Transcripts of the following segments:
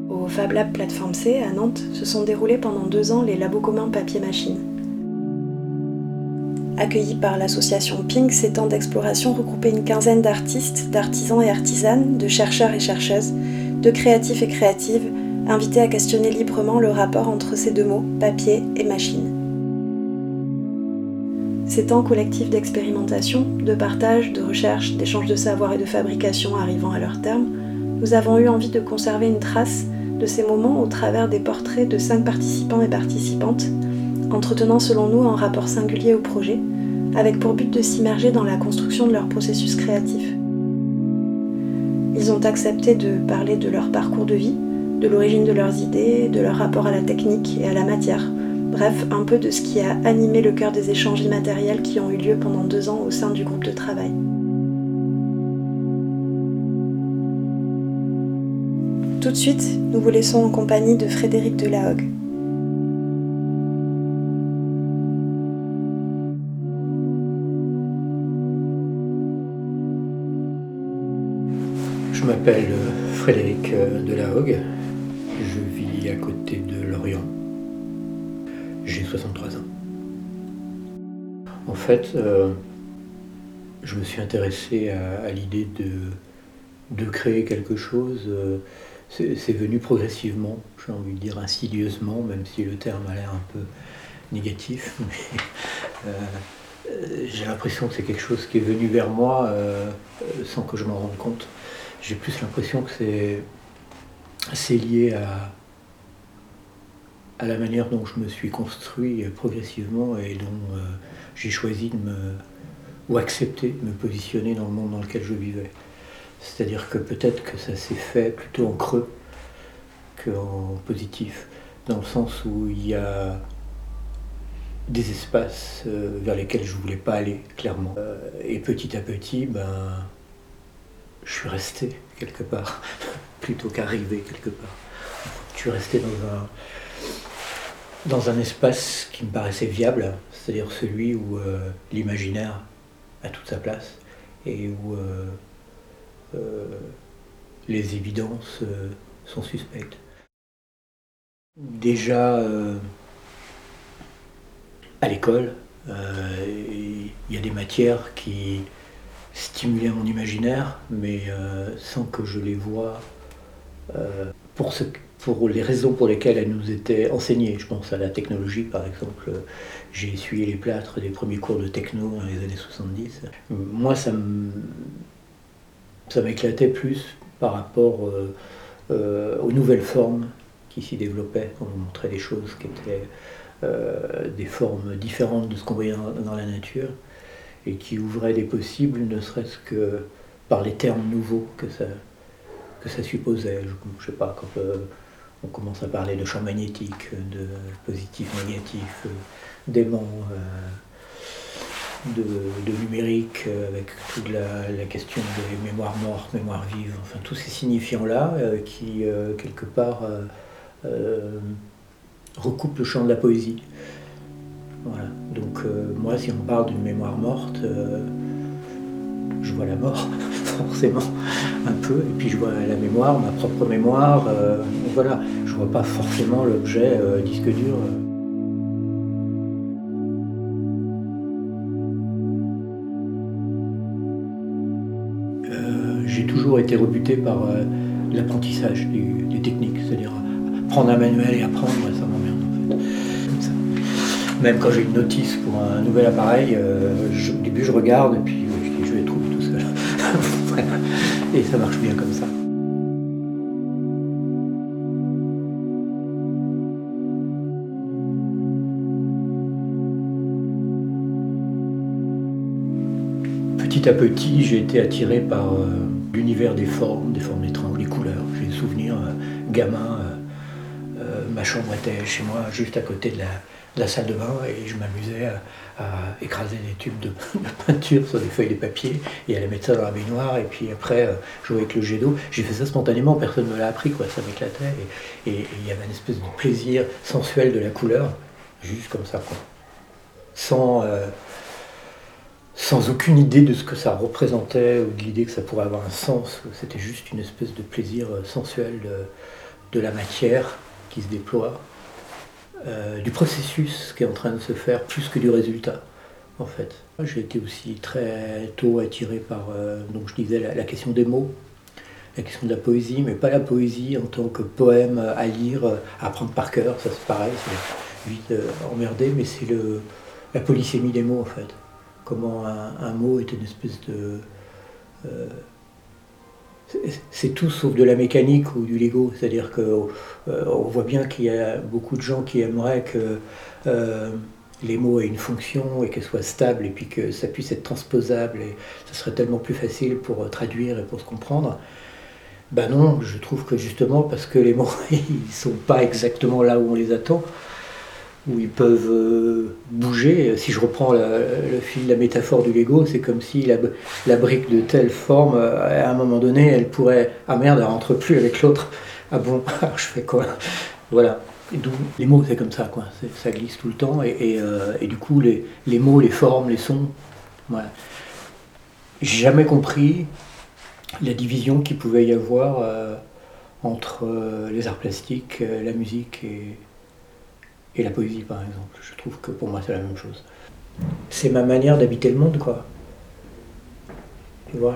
Au Fab Lab Plateforme C, à Nantes, se sont déroulés pendant 2 ans les labos communs papier-machine. Accueillis par l'association Ping, ces temps d'exploration regroupaient une quinzaine d'artistes, d'artisans et artisanes, de chercheurs et chercheuses, de créatifs et créatives, invités à questionner librement le rapport entre ces deux mots, papier et machine. Ces temps collectifs d'expérimentation, de partage, de recherche, d'échange de savoir et de fabrication arrivant à leur terme, nous avons eu envie de conserver une trace de ces moments au travers des portraits de 5 participants et participantes, entretenant selon nous un rapport singulier au projet, avec pour but de s'immerger dans la construction de leur processus créatif. Ils ont accepté de parler de leur parcours de vie, de l'origine de leurs idées, de leur rapport à la technique et à la matière, bref, un peu de ce qui a animé le cœur des échanges immatériels qui ont eu lieu pendant 2 ans au sein du groupe de travail. Tout de suite, nous vous laissons en compagnie de Frédéric Delahogue. Je m'appelle Frédéric Delahogue, je vis à côté de Lorient, j'ai 63 ans. En fait, je me suis intéressé à l'idée de créer quelque chose, c'est venu progressivement, j'ai envie de dire insidieusement, même si le terme a l'air un peu négatif, mais j'ai l'impression que c'est quelque chose qui est venu vers moi sans que je m'en rende compte. J'ai plus l'impression que c'est lié à la manière dont je me suis construit progressivement et dont j'ai choisi ou accepté de me positionner dans le monde dans lequel je vivais. C'est-à-dire que peut-être que ça s'est fait plutôt en creux qu'en positif, dans le sens où il y a des espaces vers lesquels je ne voulais pas aller, clairement. Et petit à petit, je suis resté quelque part, plutôt qu'arrivé quelque part. Je suis resté dans un espace qui me paraissait viable, c'est-à-dire celui où l'imaginaire a toute sa place et où les évidences sont suspectes. Déjà à l'école, il y a des matières qui stimulaient mon imaginaire, mais sans que je les voie pour les raisons pour lesquelles elles nous étaient enseignées. Je pense à la technologie, par exemple. J'ai essuyé les plâtres des premiers cours de techno dans les années 70. Moi, ça m'éclatait plus par rapport aux nouvelles formes qui s'y développaient. On nous montrait des choses qui étaient des formes différentes de ce qu'on voyait dans la nature et qui ouvraient des possibles, ne serait-ce que par les termes nouveaux que ça supposait. Je sais pas, quand on commence à parler de champ magnétique, de positif, négatif, d'aimant, de numérique, avec toute la question des mémoires mortes, mémoires vives, enfin tous ces signifiants-là qui, quelque part, recoupent le champ de la poésie. Voilà. Donc moi, si on parle d'une mémoire morte, je vois la mort, forcément, un peu, et puis je vois la mémoire, ma propre mémoire, voilà, je vois pas forcément l'objet disque dur. J'ai toujours été rebuté par l'apprentissage des techniques, c'est-à-dire prendre un manuel et apprendre, ça m'emmerde en fait. Comme ça. Même quand j'ai une notice pour un nouvel appareil, au début je regarde et puis je les trouve tout seul. Voilà. Et ça marche bien comme ça. Petit à petit, j'ai été attiré par l'univers des formes étranges, des couleurs. J'ai le souvenir, gamin, ma chambre était chez moi juste à côté de la salle de bain et je m'amusais à écraser des tubes de peinture sur des feuilles de papier et à les mettre ça dans la baignoire et puis après jouer avec le jet d'eau. J'ai fait ça spontanément, personne ne me l'a appris, quoi. Ça m'éclatait et il y avait une espèce de plaisir sensuel de la couleur, juste comme ça, quoi. Sans aucune idée de ce que ça représentait ou de l'idée que ça pourrait avoir un sens. C'était juste une espèce de plaisir sensuel de la matière qui se déploie, du processus qui est en train de se faire, plus que du résultat, en fait. J'ai été aussi très tôt attiré par, donc je disais, la question des mots, la question de la poésie, mais pas la poésie en tant que poème à lire, à apprendre par cœur, ça c'est pareil, c'est vite emmerdé, mais c'est la polysémie des mots, en fait. Comment un mot est une espèce de... c'est tout sauf de la mécanique ou du Lego, c'est-à-dire qu'on voit bien qu'il y a beaucoup de gens qui aimeraient que les mots aient une fonction et qu'elles soient stables et puis que ça puisse être transposable et ça serait tellement plus facile pour traduire et pour se comprendre. Ben non, je trouve que justement parce que les mots ils sont pas exactement là où on les attend, où ils peuvent bouger. Si je reprends le fil de la métaphore du Lego, c'est comme si la brique de telle forme, à un moment donné, elle pourrait... Ah merde, elle rentre plus avec l'autre. Ah bon, alors je fais quoi? Voilà. Et d'où les mots, c'est comme ça, quoi. Ça glisse tout le temps. Et du coup, les mots, les formes, les sons, voilà. J'ai jamais compris la division qu'il pouvait y avoir entre les arts plastiques, la musique et la poésie, par exemple. Je trouve que pour moi, c'est la même chose. C'est ma manière d'habiter le monde, quoi. Tu vois,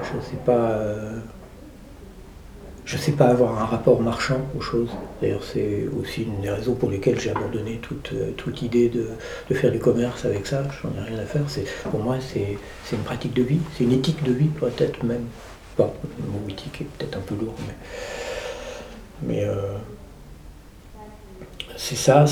je sais pas avoir un rapport marchand aux choses. D'ailleurs, c'est aussi une des raisons pour lesquelles j'ai abandonné toute idée de faire du commerce avec ça. J'en ai rien à faire. Pour moi, c'est une pratique de vie. C'est une éthique de vie, peut-être même. Bon, le mot éthique est peut-être un peu lourd, mais c'est ça.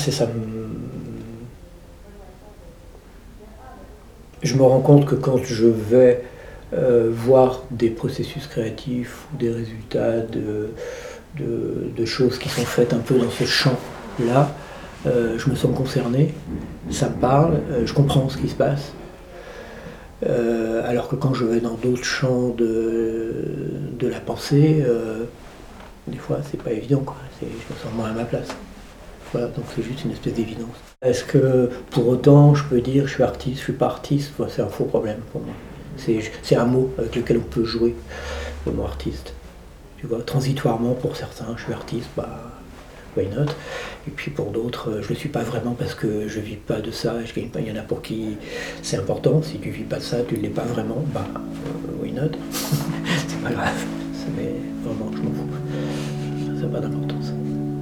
Je me rends compte que quand je vais voir des processus créatifs ou des résultats de choses qui sont faites un peu dans ce champ-là, je me sens concerné, ça me parle, je comprends ce qui se passe. Alors que quand je vais dans d'autres champs de la pensée, des fois c'est pas évident, quoi. Je me sens moins à ma place. Voilà, donc c'est juste une espèce d'évidence. Est-ce que pour autant je peux dire je suis artiste, je suis pas artiste? C'est un faux problème pour moi. C'est un mot avec lequel on peut jouer, le mot artiste. Tu vois, transitoirement pour certains, je suis artiste, bah why not? Et puis pour d'autres, je le suis pas vraiment parce que je vis pas de ça, je gagne pas. Il y en a pour qui c'est important. Si tu vis pas de ça, tu l'es pas vraiment, bah why not? C'est pas grave. Mais vraiment, je m'en fous. Ça n'a pas d'importance.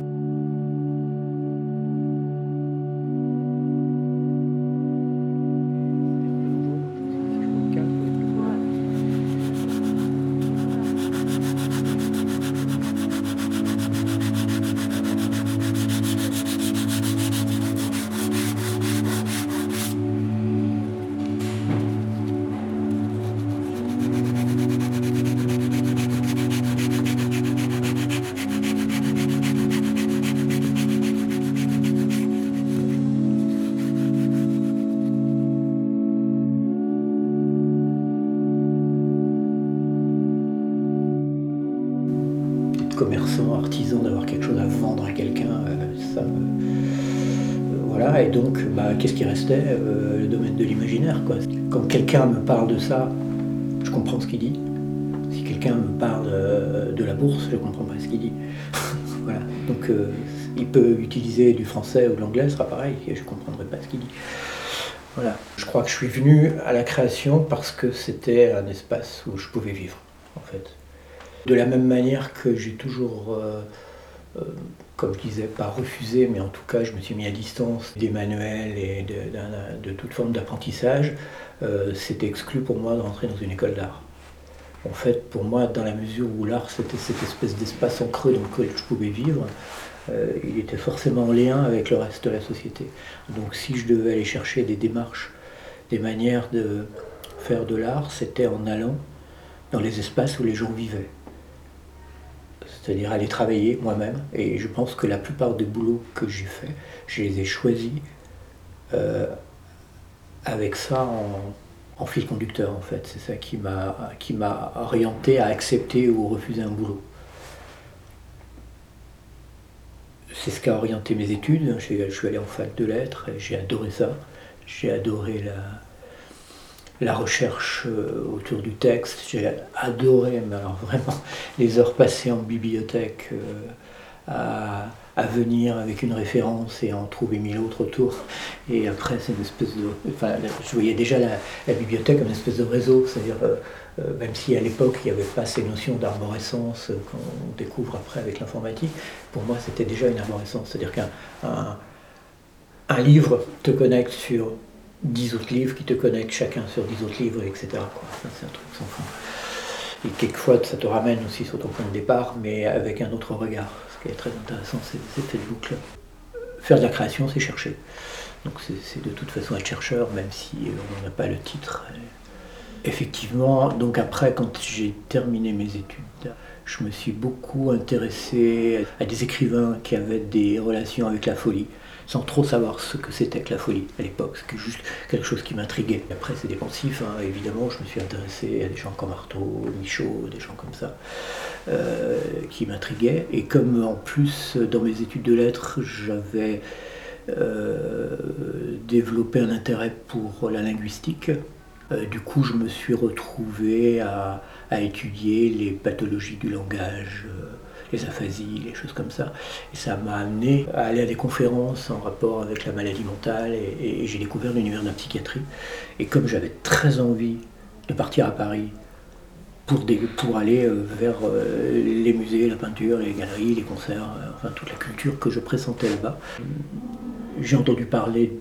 Commerçant, artisan, d'avoir quelque chose à vendre à quelqu'un, ça me... voilà, et donc, qu'est-ce qui restait? Le domaine de l'imaginaire, quoi. Quand quelqu'un me parle de ça, je comprends ce qu'il dit. Si quelqu'un me parle de la bourse, je comprends pas ce qu'il dit. Voilà, donc il peut utiliser du français ou de l'anglais, ce sera pareil, et je comprendrai pas ce qu'il dit. Voilà, je crois que je suis venu à la création parce que c'était un espace où je pouvais vivre, en fait. De la même manière que j'ai toujours, comme je disais, pas refusé, mais en tout cas je me suis mis à distance des manuels et de toute forme d'apprentissage, c'était exclu pour moi de rentrer dans une école d'art. En fait, pour moi, dans la mesure où l'art c'était cette espèce d'espace en creux dans lequel je pouvais vivre, il était forcément en lien avec le reste de la société. Donc si je devais aller chercher des démarches, des manières de faire de l'art, c'était en allant dans les espaces où les gens vivaient. C'est-à-dire aller travailler moi-même. Et je pense que la plupart des boulots que j'ai faits, je les ai choisis avec ça en fil conducteur, en fait. C'est ça qui m'a orienté à accepter ou refuser un boulot. C'est ce qui a orienté mes études. Je suis allé en fac de lettres et j'ai adoré ça. J'ai adoré la recherche autour du texte. J'ai adoré, mais alors vraiment, les heures passées en bibliothèque à venir avec une référence et en trouver 1000 autres autour. Et après, c'est une espèce de... Enfin, je voyais déjà la bibliothèque comme une espèce de réseau, c'est-à-dire, même si à l'époque, il n'y avait pas ces notions d'arborescence qu'on découvre après avec l'informatique, pour moi, c'était déjà une arborescence. C'est-à-dire qu'un livre te connecte sur 10 autres livres qui te connectent chacun sur 10 autres livres, etc. Enfin, c'est un truc sans fin. Et quelquefois, ça te ramène aussi sur ton point de départ, mais avec un autre regard. Ce qui est très intéressant, c'est cette boucle. Faire de la création, c'est chercher. Donc c'est de toute façon être chercheur, même si on n'a pas le titre. Effectivement, donc après, quand j'ai terminé mes études, je me suis beaucoup intéressé à des écrivains qui avaient des relations avec la folie, sans trop savoir ce que c'était que la folie à l'époque. C'était juste quelque chose qui m'intriguait. Après, c'est des pensifs, hein. Évidemment, je me suis intéressé à des gens comme Artaud, Michaud, des gens comme ça, qui m'intriguaient. Et comme en plus, dans mes études de lettres, j'avais développé un intérêt pour la linguistique, du coup, je me suis retrouvé à étudier les pathologies du langage, les aphasies, les choses comme ça. Et ça m'a amené à aller à des conférences en rapport avec la maladie mentale et j'ai découvert l'univers de la psychiatrie. Et comme j'avais très envie de partir à Paris pour aller vers les musées, la peinture, les galeries, les concerts, enfin toute la culture que je pressentais là-bas, j'ai entendu parler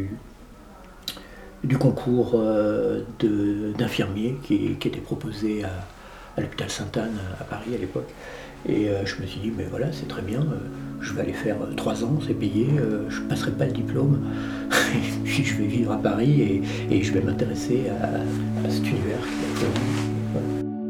du concours d'infirmiers qui était proposé à l'hôpital Sainte-Anne à Paris à l'époque. Et je me suis dit, mais voilà, c'est très bien, je vais aller faire 3 ans, c'est payé, je ne passerai pas le diplôme, et puis je vais vivre à Paris et je vais m'intéresser à cet univers qui est voilà.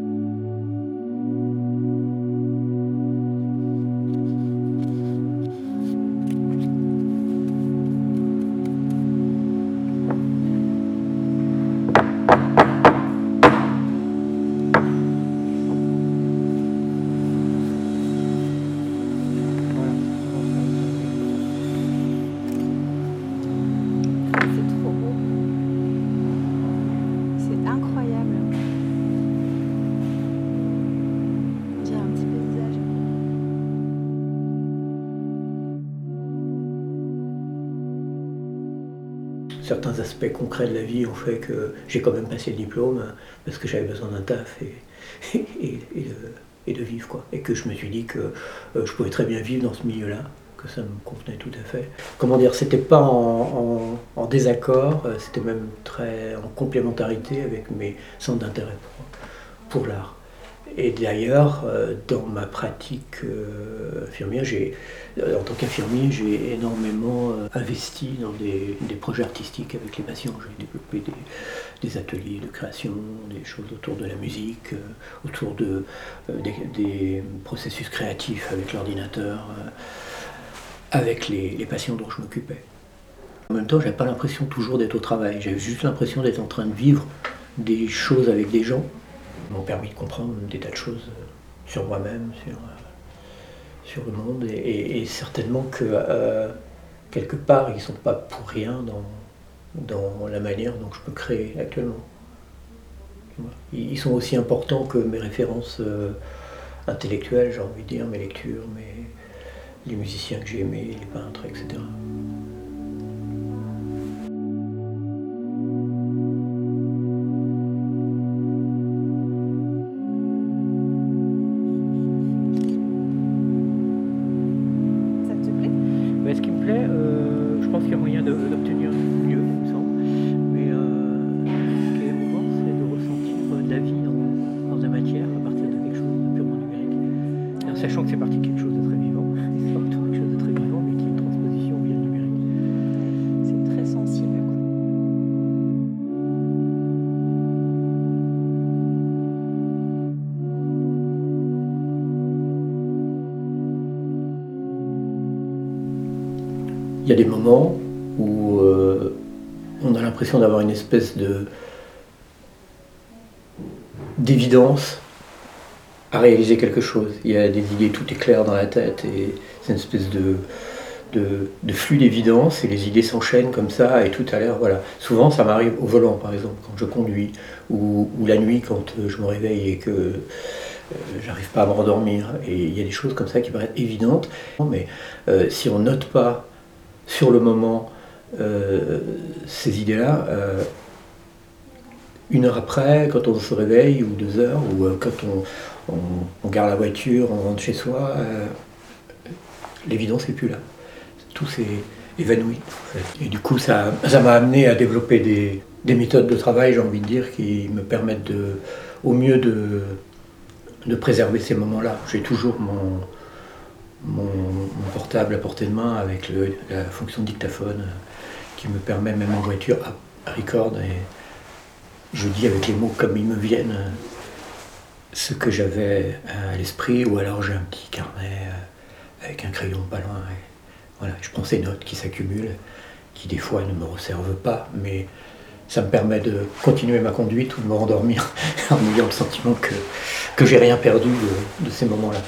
Certains aspects concrets de la vie ont fait que j'ai quand même passé le diplôme parce que j'avais besoin d'un taf et de vivre, quoi. Et que je me suis dit que je pouvais très bien vivre dans ce milieu-là, que ça me convenait tout à fait. Comment dire, c'était pas en désaccord, c'était même très en complémentarité avec mes centres d'intérêt pour l'art. Et d'ailleurs, dans ma pratique infirmière, en tant qu'infirmier, j'ai énormément investi dans des projets artistiques avec les patients. J'ai développé des ateliers de création, des choses autour de la musique, autour des processus créatifs avec l'ordinateur, avec les patients dont je m'occupais. En même temps, je n'avais pas l'impression toujours d'être au travail. J'avais juste l'impression d'être en train de vivre des choses avec des gens qui m'ont permis de comprendre des tas de choses sur moi-même, sur le monde, et certainement que quelque part, ils ne sont pas pour rien dans la manière dont je peux créer actuellement. Ils sont aussi importants que mes références intellectuelles, j'ai envie de dire, mes lectures, les musiciens que j'ai aimés, les peintres, etc. Ce qui me plaît, je pense qu'il y a moyen d'obtenir mieux, il me semble. Mais ce qui est émouvant, c'est de ressentir la vie dans la matière à partir de quelque chose de purement numérique. En sachant que c'est parti de quelque chose de très vivant, c'est pas quelque chose de très vivant, mais qui est une transposition via le numérique. C'est très sensible. Il y a des moments où on a l'impression d'avoir une espèce d'évidence à réaliser quelque chose. Il y a des idées, tout est clair dans la tête et c'est une espèce de flux d'évidence et les idées s'enchaînent comme ça et tout à l'heure, voilà. Souvent ça m'arrive au volant par exemple, quand je conduis ou la nuit quand je me réveille et que j'arrive pas à me rendormir. Et il y a des choses comme ça qui paraissent évidentes, mais si on note pas sur le moment ces idées-là, 1 heure après, quand on se réveille, ou 2 heures, ou quand on garde la voiture, on rentre chez soi, l'évidence n'est plus là. Tout s'est évanoui. En fait. Et du coup, ça m'a amené à développer des méthodes de travail, j'ai envie de dire, qui me permettent au mieux de préserver ces moments-là. J'ai toujours mon portable à portée de main avec la fonction dictaphone qui me permet, même en voiture, à record. Et je dis avec les mots comme ils me viennent ce que j'avais à l'esprit, ou alors j'ai un petit carnet avec un crayon pas loin. Et voilà, je prends ces notes qui s'accumulent, qui des fois ne me resservent pas, mais ça me permet de continuer ma conduite ou de me rendormir en ayant le sentiment que j'ai rien perdu de ces moments-là.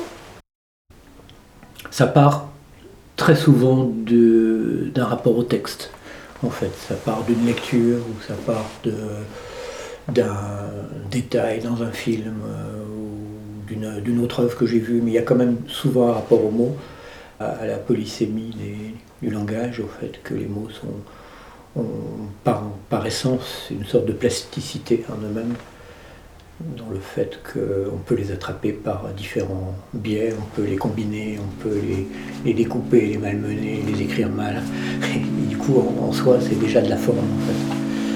Ça part très souvent d'un rapport au texte, en fait. Ça part d'une lecture, ou ça part d'un détail dans un film, ou d'une autre œuvre que j'ai vue, mais il y a quand même souvent un rapport aux mots, à la polysémie du langage, au fait que les mots ont par essence une sorte de plasticité en eux-mêmes, dans le fait qu'on peut les attraper par différents biais, on peut les combiner, on peut les découper, les malmener, les écrire mal. Et du coup, en soi, c'est déjà de la forme, en fait.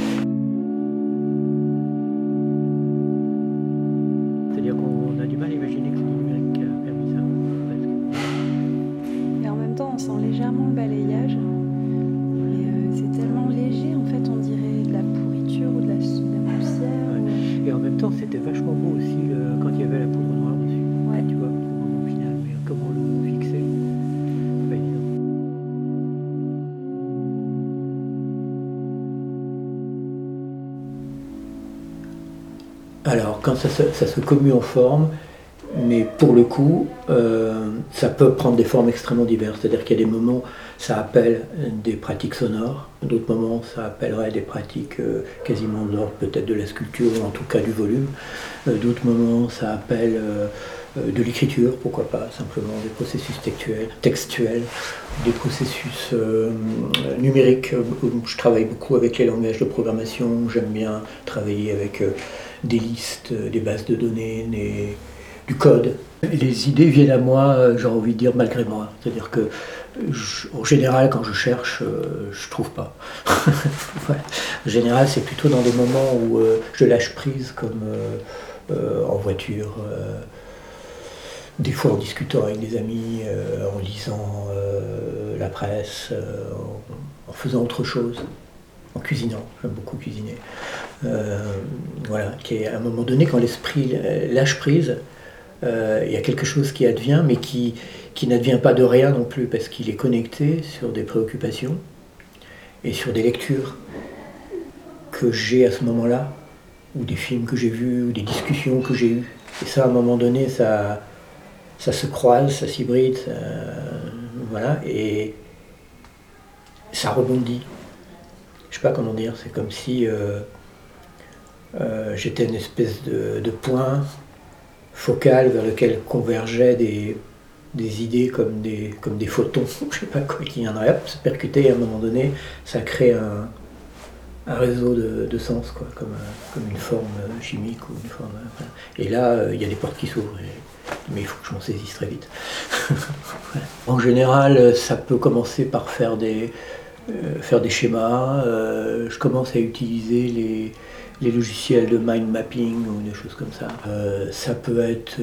C'est-à-dire qu'on a du mal à imaginer que le numérique a permis ça, presque. Et en même temps, on sent légèrement le balayage. Mais c'est tellement léger, en fait, on dirait de la pourriture ou de la poussière. Ouais. Et en même temps, c'était vachement beau aussi quand il y avait la poudre noire dessus. Ouais. Tu vois, au final, mais comment le fixer, c'est pas évident. Alors, quand ça se commue en forme, mais pour le coup, ça peut prendre des formes extrêmement diverses. C'est-à-dire qu'il y a des moments, ça appelle des pratiques sonores, d'autres moments, ça appellerait des pratiques quasiment d'ordre peut-être de la sculpture, ou en tout cas du volume. D'autres moments, ça appelle de l'écriture, pourquoi pas, simplement des processus textuels, des processus numériques. Je travaille beaucoup avec les langages de programmation, j'aime bien travailler avec des listes, des bases de données, du code. Les idées viennent à moi, j'ai envie de dire, malgré moi. C'est-à-dire que, en général, quand je cherche, je trouve pas. Ouais. En général, c'est plutôt dans des moments où je lâche prise, comme en voiture, des fois en discutant avec des amis, en lisant la presse, en faisant autre chose, en cuisinant. J'aime beaucoup cuisiner. Voilà, qui est à un moment donné, quand l'esprit lâche prise, il y a quelque chose qui advient, mais qui n'advient pas de rien non plus, parce qu'il est connecté sur des préoccupations et sur des lectures que j'ai à ce moment-là, ou des films que j'ai vus, ou des discussions que j'ai eues. Et ça, à un moment donné, ça se croise, ça s'hybride, voilà, et ça rebondit. Je sais pas comment dire, c'est comme si j'étais une espèce de point focal vers lequel convergeaient des idées comme des photons, je sais pas quoi, qui viendraient se percuter, et à un moment donné, ça crée un réseau de sens, quoi, comme une forme chimique, ou une forme. Voilà. Et là, il y a des portes qui s'ouvrent, mais il faut que je m'en saisisse très vite. Voilà. En général, ça peut commencer par faire des schémas. Je commence à utiliser les logiciels de mind mapping ou des choses comme ça. Ça peut être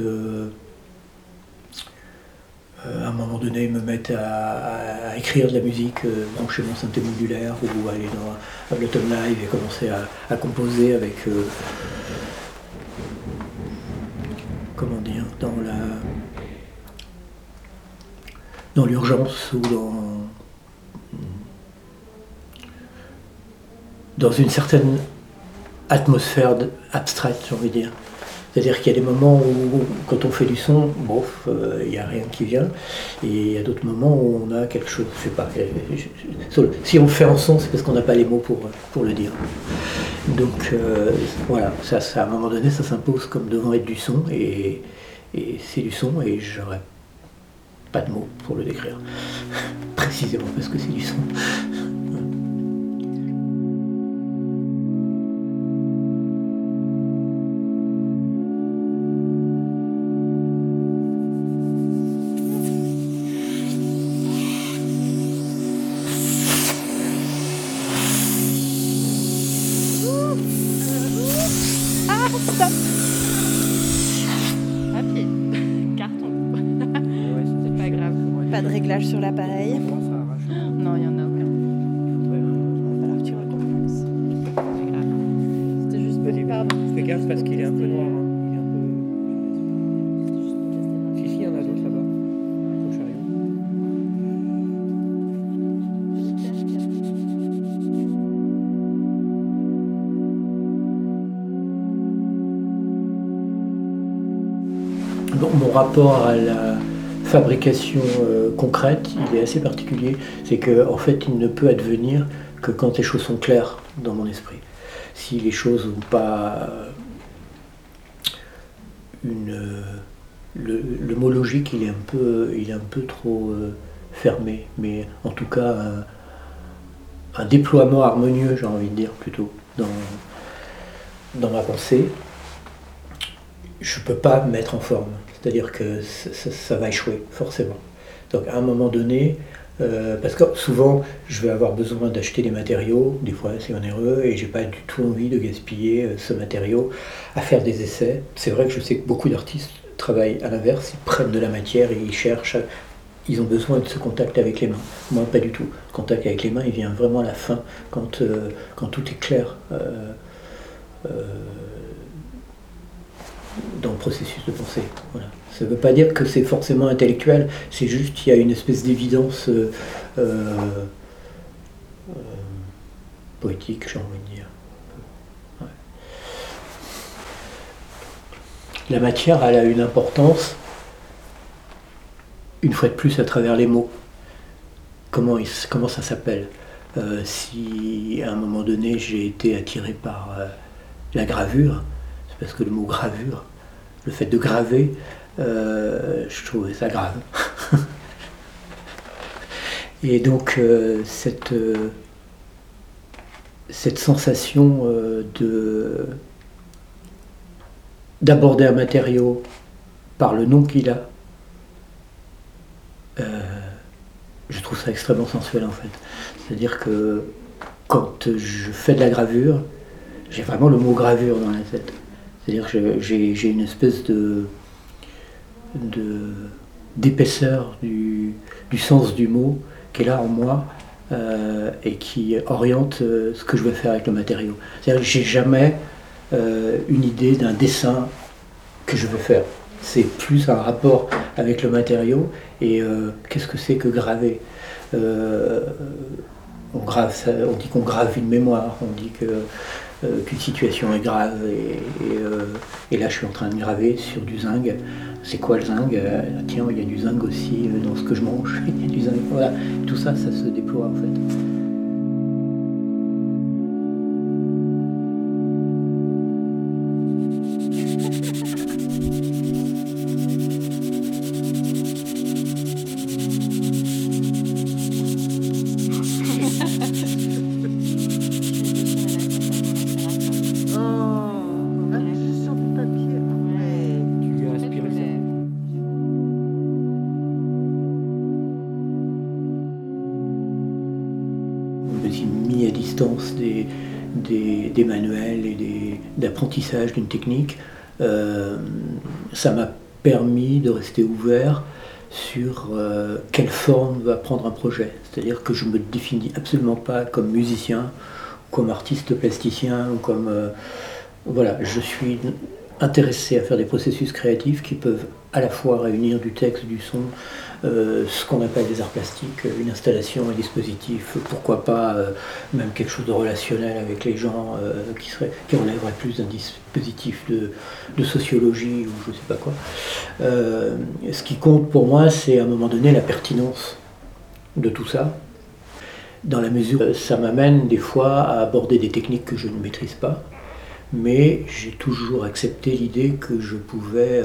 à un moment donné me mettre à écrire de la musique, brancher mon synthé modulaire, ou aller dans Ableton Live et commencer à composer avec comment dire, dans l'urgence, ou dans une certaine atmosphère abstraite, j'ai envie de dire. C'est-à-dire qu'il y a des moments où, quand on fait du son, bof, il n'y a rien qui vient. Et il y a d'autres moments où on a quelque chose, je sais pas. Si on le fait en son, c'est parce qu'on n'a pas les mots pour le dire. Donc voilà, ça, à un moment donné, ça s'impose comme devant être du son. Et c'est du son et j'aurais pas de mots pour le décrire. Précisément parce que c'est du son. Stop. Papier. Carton. Ouais, C'est pas grave. Pas de réglage sur l'appareil. Non, il y en a aucun. Il va falloir que tu recommences. C'est grave. C'était juste pour... Pardon. Fais gaffe parce qu'il est un peu noir. Hein. Il est un peu... Si, il y en a d'autres là-bas. Au chariot. Mon rapport à la fabrication concrète, il est assez particulier. C'est qu'en fait, il ne peut advenir que quand les choses sont claires dans mon esprit. Si les choses n'ont pas le mot logique, il est un peu trop fermé. Mais en tout cas, un déploiement harmonieux, j'ai envie de dire, plutôt, dans ma pensée. Je ne peux pas me mettre en forme, c'est-à-dire que ça va échouer, forcément. Donc à un moment donné, parce que souvent je vais avoir besoin d'acheter des matériaux, des fois c'est onéreux, et j'ai pas du tout envie de gaspiller ce matériau à faire des essais. C'est vrai que je sais que beaucoup d'artistes travaillent à l'inverse, ils prennent de la matière et ils cherchent, ils ont besoin de ce contact avec les mains. Moi pas du tout. Le contact avec les mains, il vient vraiment à la fin, quand tout est clair. Dans le processus de pensée. Voilà. Ça ne veut pas dire que c'est forcément intellectuel, c'est juste qu'il y a une espèce d'évidence poétique, j'ai envie de dire. Ouais. La matière, elle a une importance, une fois de plus, à travers les mots. Comment ça s'appelle si à un moment donné j'ai été attiré par la gravure, parce que le mot gravure, le fait de graver, je trouvais ça grave. Et donc cette sensation d'aborder un matériau par le nom qu'il a, je trouve ça extrêmement sensuel en fait. C'est-à-dire que quand je fais de la gravure, j'ai vraiment le mot gravure dans la tête. C'est-à-dire que j'ai une espèce d'épaisseur du sens du mot qui est là en moi et qui oriente ce que je vais faire avec le matériau. C'est-à-dire que j'ai jamais une idée d'un dessin que je veux faire. C'est plus un rapport avec le matériau et qu'est-ce que c'est que graver. On dit qu'on grave une mémoire, on dit qu'une situation est grave et là je suis en train de graver sur du zinc. C'est quoi le zinc? Tiens, il y a du zinc aussi dans ce que je mange. Il y a du zinc. Voilà, tout ça, ça se déploie en fait. Mis à distance des manuels et d'apprentissage d'une technique, ça m'a permis de rester ouvert sur quelle forme va prendre un projet. C'est-à-dire que je ne me définis absolument pas comme musicien, comme artiste plasticien, ou comme... voilà, je suis intéressé à faire des processus créatifs qui peuvent à la fois réunir du texte, du son, ce qu'on appelle des arts plastiques, une installation, un dispositif, pourquoi pas même quelque chose de relationnel avec les gens qui relèverait plus d'un dispositif de sociologie ou je ne sais pas quoi. Ce qui compte pour moi, c'est à un moment donné la pertinence de tout ça, dans la mesure où ça m'amène des fois à aborder des techniques que je ne maîtrise pas, mais j'ai toujours accepté l'idée que je pouvais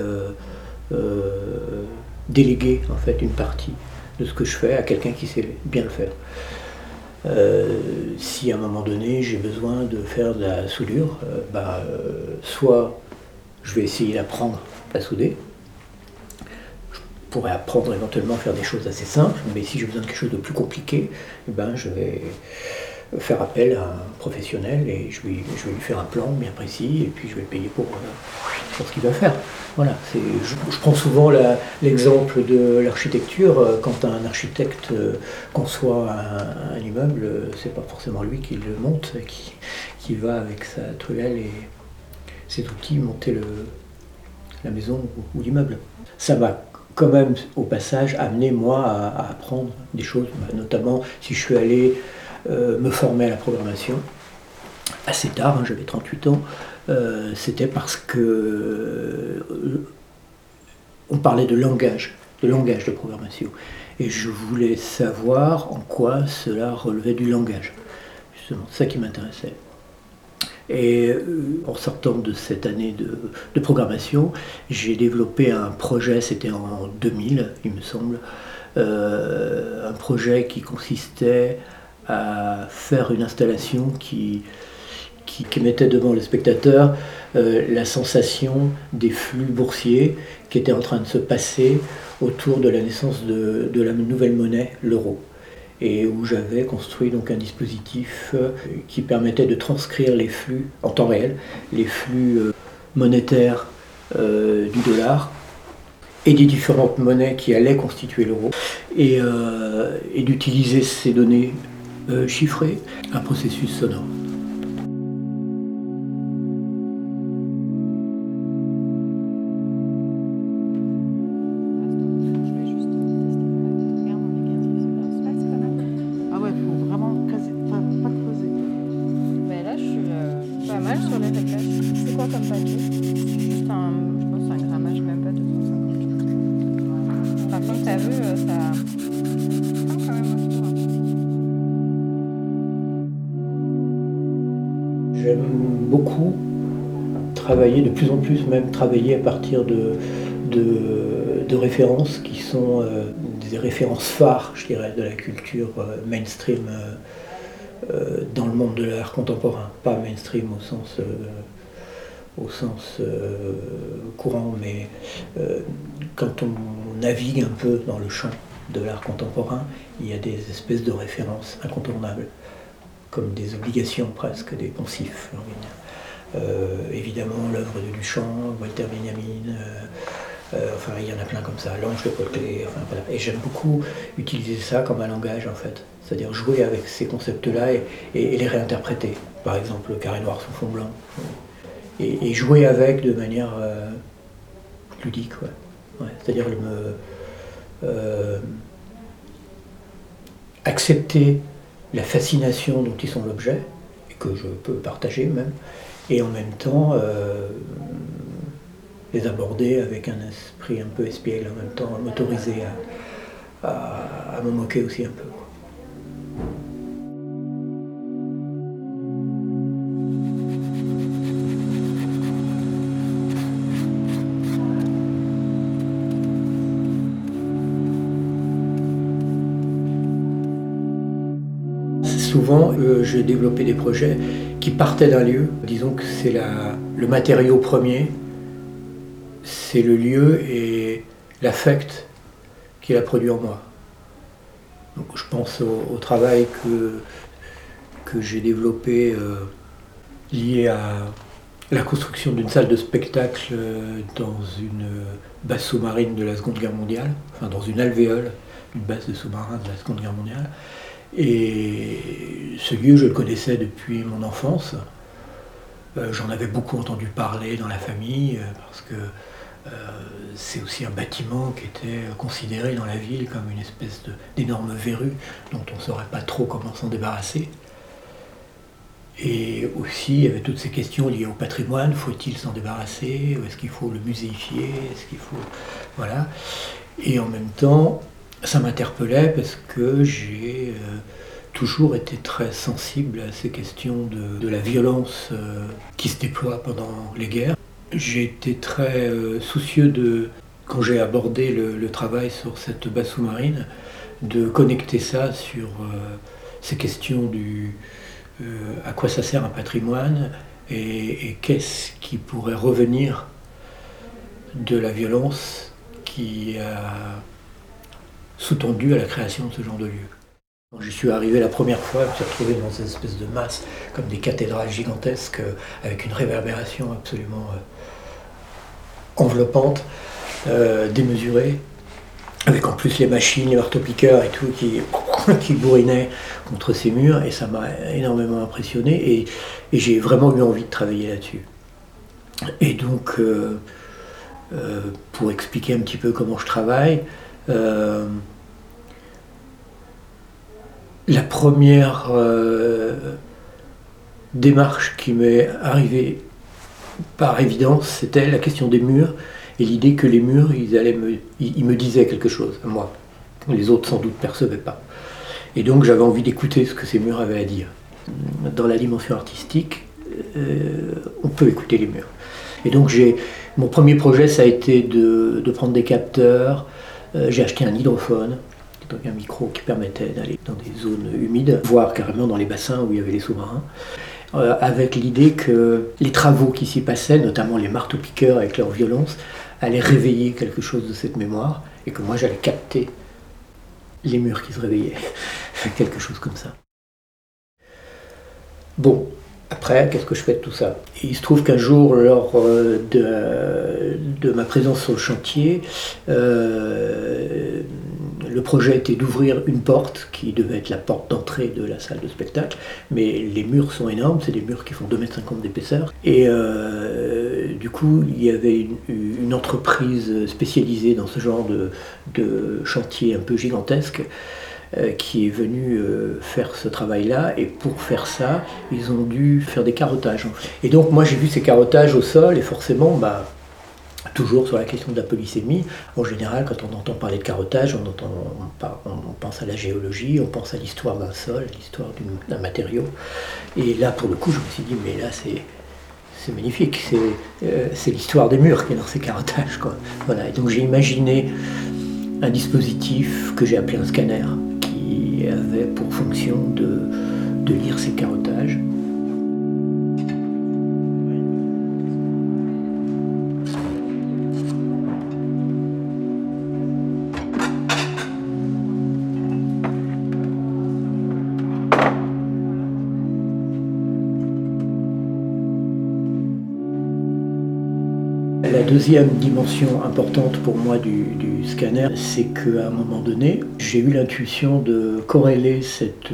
déléguer en fait une partie de ce que je fais à quelqu'un qui sait bien le faire. Si à un moment donné j'ai besoin de faire de la soudure, soit je vais essayer d'apprendre à souder. Je pourrais apprendre éventuellement à faire des choses assez simples, mais si j'ai besoin de quelque chose de plus compliqué, je vais faire appel à un professionnel et je vais lui faire un plan bien précis et puis je vais le payer pour ce qu'il va faire. Voilà, je prends souvent l'exemple de l'architecture. Quand un architecte conçoit un immeuble, c'est pas forcément lui qui le monte, qui va avec sa truelle et ses outils monter la maison ou l'immeuble. Ça m'a quand même au passage amené moi à apprendre des choses, notamment si je suis allé me former à la programmation assez tard, j'avais 38 ans, c'était parce que on parlait de langage de programmation. Et je voulais savoir en quoi cela relevait du langage. Justement, c'est ça qui m'intéressait. Et en sortant de cette année de programmation, j'ai développé un projet, c'était en 2000, il me semble, un projet qui consistait à faire une installation qui mettait devant le spectateur la sensation des flux boursiers qui étaient en train de se passer autour de la naissance de la nouvelle monnaie, l'euro. Et où j'avais construit donc un dispositif qui permettait de transcrire les flux en temps réel, les flux monétaires du dollar et des différentes monnaies qui allaient constituer l'euro, et d'utiliser ces données chiffrées, un processus sonore. J'aime beaucoup travailler, de plus en plus même travailler à partir de références qui sont des références phares, je dirais, de la culture mainstream dans le monde de l'art contemporain. Pas mainstream au sens courant, mais quand on navigue un peu dans le champ de l'art contemporain, il y a des espèces de références incontournables, comme des obligations presque, des poncifs. Évidemment, l'œuvre de Duchamp, Walter Benjamin, enfin il y en a plein comme ça, Lange de Potet, enfin voilà. Et j'aime beaucoup utiliser ça comme un langage en fait, c'est-à-dire jouer avec ces concepts-là et les réinterpréter. Par exemple, le carré noir sous fond blanc, et jouer avec de manière ludique, ouais. C'est-à-dire accepter la fascination dont ils sont l'objet, et que je peux partager même, et en même temps les aborder avec un esprit un peu espiègle, en même temps m'autoriser à me moquer aussi un peu. Souvent, j'ai développé des projets qui partaient d'un lieu. Disons que c'est le matériau premier, c'est le lieu et l'affect qu'il a produit en moi. Donc, je pense au travail que j'ai développé lié à la construction d'une salle de spectacle dans une base sous-marine de la Seconde Guerre mondiale, enfin dans une alvéole d'une base de sous-marins de la Seconde Guerre mondiale. Et ce lieu, je le connaissais depuis mon enfance. J'en avais beaucoup entendu parler dans la famille, parce que c'est aussi un bâtiment qui était considéré dans la ville comme une espèce d'énorme verrue dont on ne saurait pas trop comment s'en débarrasser. Et aussi, il y avait toutes ces questions liées au patrimoine. Faut-il s'en débarrasser? Est-ce qu'il faut le muséifier? Est-ce qu'il faut... Voilà. Et en même temps, ça m'interpellait parce que j'ai toujours été très sensible à ces questions de la violence qui se déploie pendant les guerres. J'ai été très soucieux quand j'ai abordé le travail sur cette base sous-marine, de connecter ça sur ces questions à quoi ça sert un patrimoine et qu'est-ce qui pourrait revenir de la violence qui a sous-tendu à la création de ce genre de lieu. Quand j'y suis arrivé la première fois, je me suis retrouvé dans cette espèce de masse, comme des cathédrales gigantesques, avec une réverbération absolument enveloppante, démesurée, avec en plus les machines, les marteaux-piqueurs et tout qui bourrinaient contre ces murs, et ça m'a énormément impressionné, et j'ai vraiment eu envie de travailler là-dessus. Et donc, pour expliquer un petit peu comment je travaille, la première démarche qui m'est arrivée par évidence, c'était la question des murs, et l'idée que les murs, ils me disaient quelque chose, à moi. Les autres, sans doute, ne percevaient pas. Et donc, j'avais envie d'écouter ce que ces murs avaient à dire. Dans la dimension artistique, on peut écouter les murs. Et donc, mon premier projet, ça a été de prendre des capteurs. J'ai acheté un hydrophone, donc un micro qui permettait d'aller dans des zones humides, voire carrément dans les bassins où il y avait les sous-marins. Avec l'idée que les travaux qui s'y passaient, notamment les marteaux-piqueurs avec leur violence, allaient réveiller quelque chose de cette mémoire, et que moi j'allais capter les murs qui se réveillaient, quelque chose comme ça. Bon, après, qu'est-ce que je fais de tout ça? Et il se trouve qu'un jour, lors de ma présence sur le chantier, le projet était d'ouvrir une porte qui devait être la porte d'entrée de la salle de spectacle, mais les murs sont énormes, c'est des murs qui font 2,50 m d'épaisseur, et du coup il y avait une entreprise spécialisée dans ce genre de chantier un peu gigantesque qui est venue faire ce travail-là, et pour faire ça, ils ont dû faire des carottages. En fait. Et donc moi j'ai vu ces carottages au sol, et forcément, toujours sur la question de la polysémie, en général, quand on entend parler de carottage, on pense à la géologie, on pense à l'histoire d'un sol, à l'histoire d'un matériau. Et là, pour le coup, je me suis dit, mais là, c'est magnifique, c'est l'histoire des murs qui est dans ces carottages, quoi. Voilà. Et donc j'ai imaginé un dispositif que j'ai appelé un scanner, qui avait pour fonction de lire ces carottages. La deuxième dimension importante pour moi du scanner, c'est qu'à un moment donné, j'ai eu l'intuition de corréler cette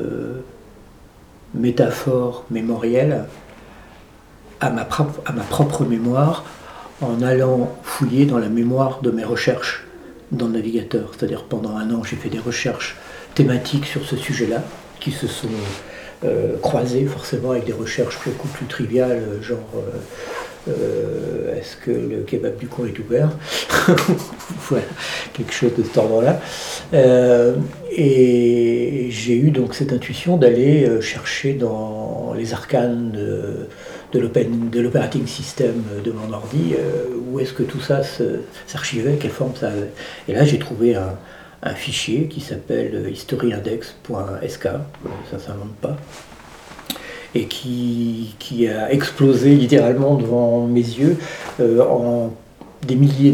métaphore mémorielle à ma propre mémoire, en allant fouiller dans la mémoire de mes recherches dans le navigateur. C'est-à-dire pendant un an, j'ai fait des recherches thématiques sur ce sujet-là, qui se sont croisées forcément avec des recherches beaucoup plus triviales, genre est-ce que le kebab du coin est ouvert? Voilà, quelque chose de cet ordre-là. Et j'ai eu donc cette intuition d'aller chercher dans les arcanes de l'operating system de mon ordi, où est-ce que tout ça s'archivait, quelle forme ça avait. Et là j'ai trouvé un fichier qui s'appelle historyindex.sk, ça ne s'invente pas, et qui a explosé littéralement devant mes yeux en des milliers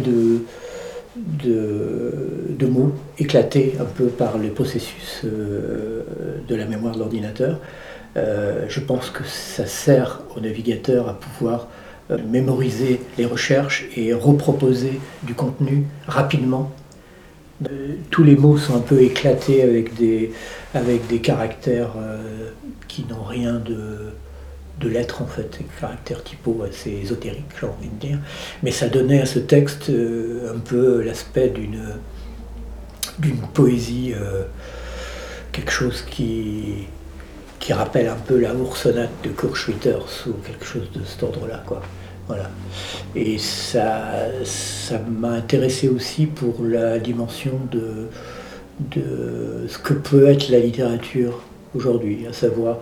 de mots éclatés un peu par les processus de la mémoire de l'ordinateur. Je pense que ça sert au navigateur à pouvoir mémoriser les recherches et reproposer du contenu rapidement. Tous les mots sont un peu éclatés avec des caractères qui n'ont rien de lettres en fait, des caractères typos assez ésotériques, j'ai envie de dire. Mais ça donnait à ce texte un peu l'aspect d'une poésie, quelque chose qui rappelle un peu la Ours-sonate de Kurt Schwitters ou quelque chose de cet ordre-là, quoi. Voilà. Et ça m'a intéressé aussi pour la dimension de ce que peut être la littérature aujourd'hui, à savoir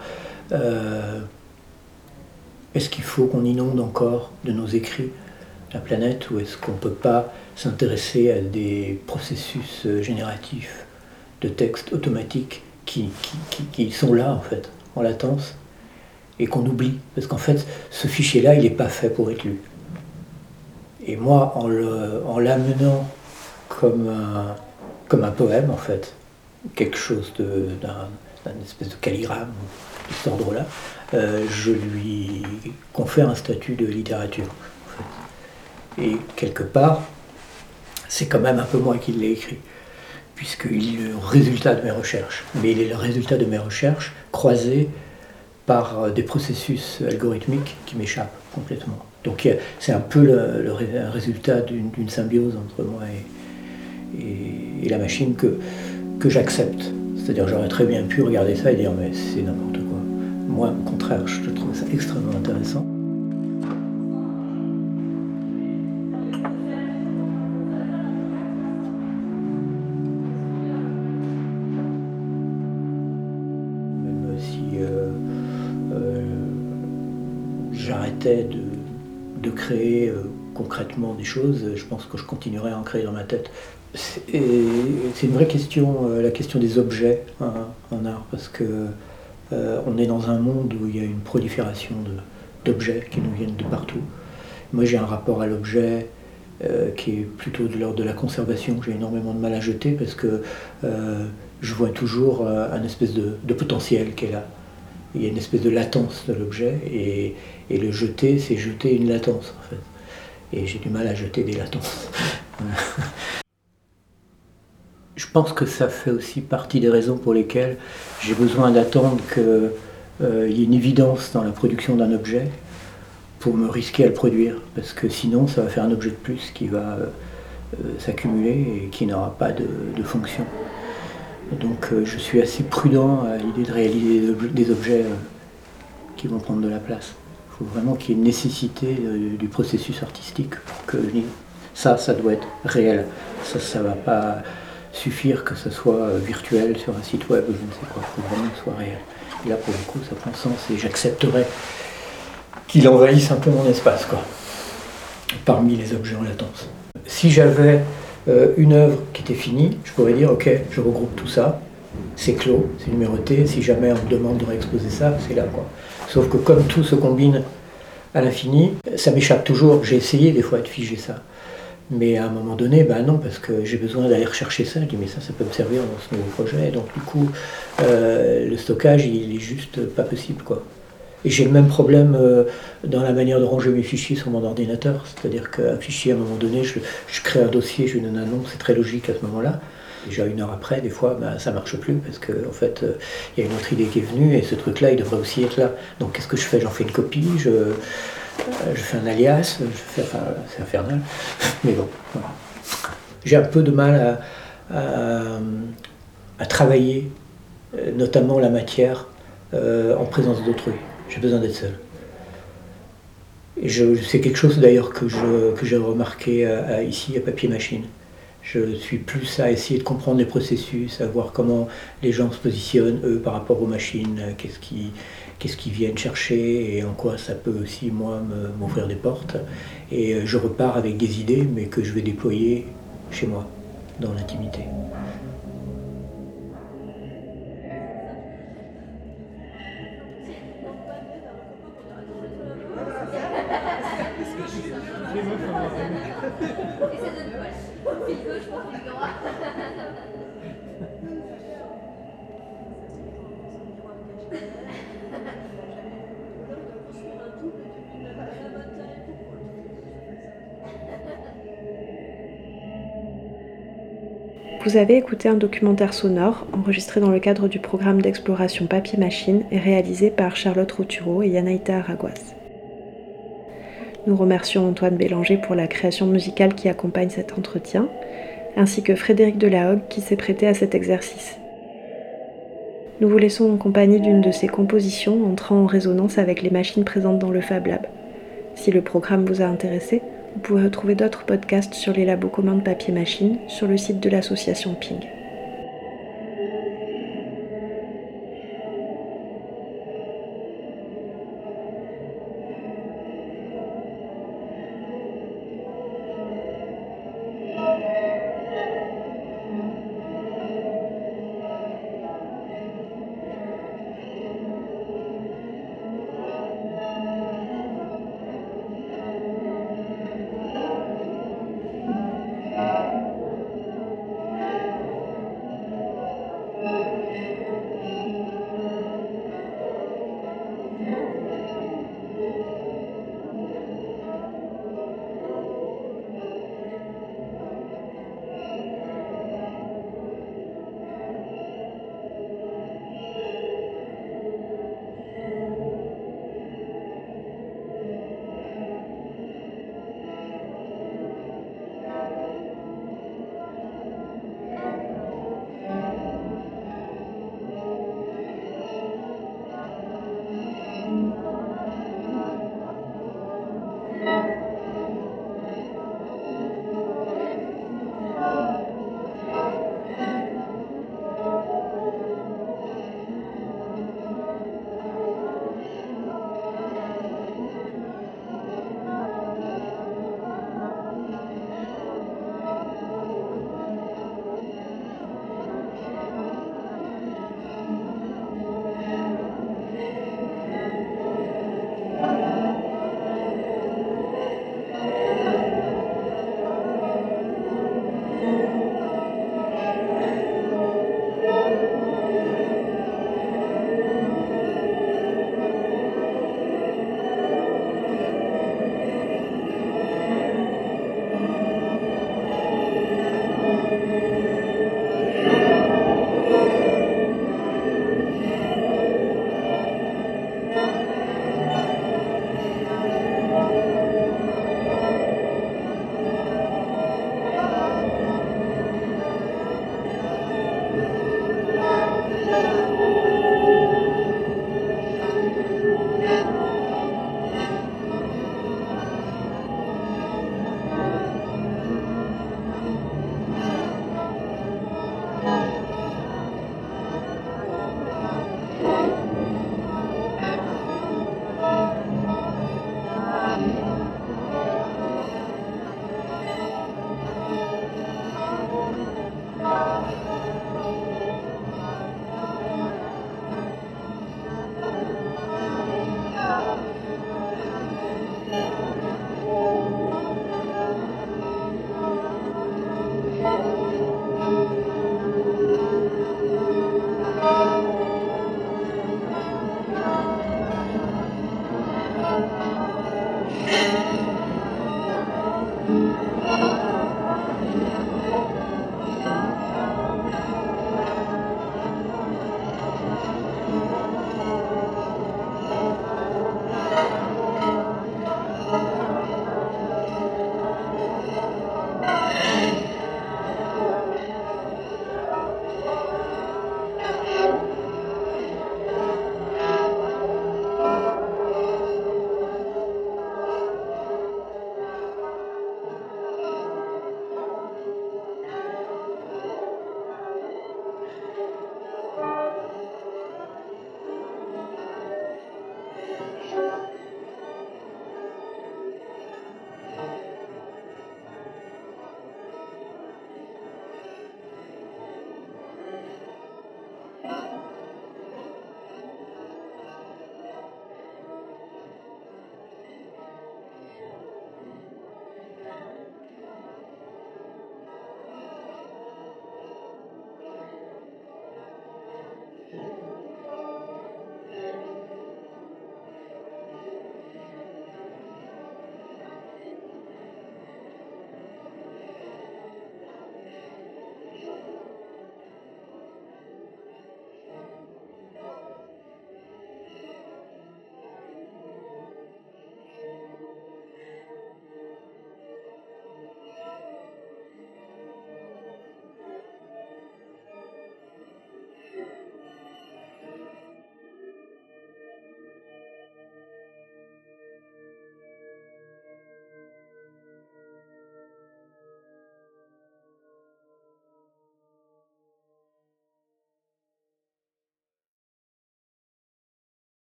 est-ce qu'il faut qu'on inonde encore de nos écrits la planète ou est-ce qu'on ne peut pas s'intéresser à des processus génératifs de textes automatiques qui sont là en fait, en latence, et qu'on oublie. Parce qu'en fait, ce fichier-là, il n'est pas fait pour être lu. Et moi, en l'amenant comme un poème, en fait, quelque chose d'un espèce de calligramme, de cet ordre-là, je lui confère un statut de littérature. En fait. Et quelque part, c'est quand même un peu moi qui l'ai écrit, puisqu'il est le résultat de mes recherches. Mais il est le résultat de mes recherches croisées par des processus algorithmiques qui m'échappent complètement. Donc c'est un peu le résultat d'une symbiose entre moi et la machine que j'accepte. C'est-à-dire j'aurais très bien pu regarder ça et dire mais c'est n'importe quoi. Moi, au contraire, je trouve ça extrêmement intéressant. Même si j'arrêtais de créer concrètement des choses, je pense que je continuerai à en créer dans ma tête. C'est une vraie question, la question des objets en art, parce que on est dans un monde où il y a une prolifération d'objets qui nous viennent de partout. Moi j'ai un rapport à l'objet qui est plutôt de l'ordre de la conservation, que j'ai énormément de mal à jeter parce que je vois toujours un espèce de potentiel qui est là. Il y a une espèce de latence de l'objet et le jeter, c'est jeter une latence en fait. Et j'ai du mal à jeter des latences. Je pense que ça fait aussi partie des raisons pour lesquelles j'ai besoin d'attendre qu'il y ait une évidence dans la production d'un objet pour me risquer à le produire, parce que sinon ça va faire un objet de plus qui va s'accumuler et qui n'aura pas de fonction. Donc je suis assez prudent à l'idée de réaliser des objets qui vont prendre de la place. Il faut vraiment qu'il y ait une nécessité du processus artistique pour que ça doit être réel. Ça ne va pas suffire que ce soit virtuel sur un site web ou je ne sais quoi, il faut vraiment que ce soit réel. Et là pour le coup ça prend sens et j'accepterais qu'il envahisse un peu mon espace, quoi, parmi les objets en latence. Si j'avais une œuvre qui était finie, je pourrais dire ok, je regroupe tout ça, c'est clos, c'est numéroté, si jamais on me demande de réexposer ça, c'est là quoi. Sauf que comme tout se combine à l'infini, ça m'échappe toujours, j'ai essayé des fois de figer ça. Mais à un moment donné, non, parce que j'ai besoin d'aller rechercher ça. Je dis, mais ça peut me servir dans ce nouveau projet. Donc du coup, le stockage, il est juste pas possible, quoi. Et j'ai le même problème dans la manière de ranger mes fichiers sur mon ordinateur. C'est-à-dire qu'un fichier, à un moment donné, je crée un dossier, je lui donne un nom, c'est très logique à ce moment-là. Déjà 1 heure après, des fois, ça marche plus parce qu'en fait, il y a une autre idée qui est venue et ce truc-là, il devrait aussi être là. Donc qu'est-ce que je fais? J'en fais une copie, je fais un alias, c'est infernal, mais bon, voilà. J'ai un peu de mal à travailler, notamment la matière, en présence d'autrui. J'ai besoin d'être seul. Et c'est quelque chose d'ailleurs que j'ai remarqué ici à Papier Machine. Je suis plus à essayer de comprendre les processus, à voir comment les gens se positionnent, eux, par rapport aux machines, qu'est-ce qu'ils viennent chercher et en quoi ça peut aussi, moi, m'ouvrir des portes. Et je repars avec des idées, mais que je vais déployer chez moi, dans l'intimité. Vous avez écouté un documentaire sonore enregistré dans le cadre du programme d'exploration papier-machine et réalisé par Charlotte Rotureau et Yanaïta Araguaz. Nous remercions Antoine Bélanger pour la création musicale qui accompagne cet entretien, ainsi que Frédéric Delahogue qui s'est prêté à cet exercice. Nous vous laissons en compagnie d'une de ses compositions entrant en résonance avec les machines présentes dans le Fab Lab. Si le programme vous a intéressé, vous pouvez retrouver d'autres podcasts sur les labos communs de papier-machine sur le site de l'association Ping.